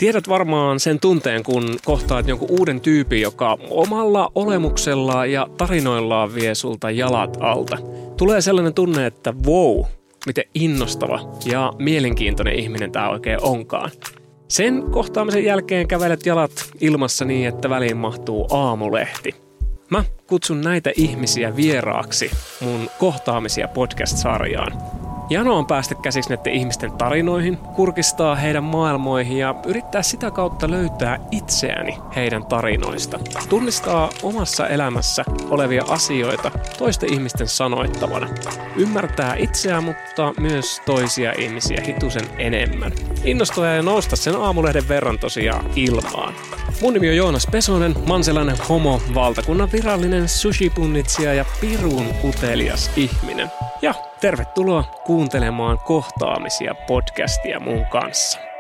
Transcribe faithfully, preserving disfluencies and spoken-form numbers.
Tiedät varmaan sen tunteen, kun kohtaat jonkun uuden tyypin, joka omalla olemuksellaan ja tarinoillaan vie sulta jalat alta. Tulee sellainen tunne, että wow, miten innostava ja mielenkiintoinen ihminen tämä oikein onkaan. Sen kohtaamisen jälkeen kävelet jalat ilmassa niin, että väliin mahtuu aamulehti. Mä kutsun näitä ihmisiä vieraaksi mun kohtaamisia podcast-sarjaan. Jano on päästä käsiksi näiden ihmisten tarinoihin, kurkistaa heidän maailmoihin ja yrittää sitä kautta löytää itseäni heidän tarinoista. Tunnistaa omassa elämässä olevia asioita toisten ihmisten sanoittavana. Ymmärtää itseään, mutta myös toisia ihmisiä hitusen enemmän. Innostua ja nousta sen aamulehden verran tosiaan ilmaan. Mun nimi on Joonas Pesonen, mä oon sellainen homo, valtakunnan virallinen sushipunnitsija ja pirun utelias ihminen. Ja tervetuloa kuuntelemaan kohtaamisia podcastia mun kanssa.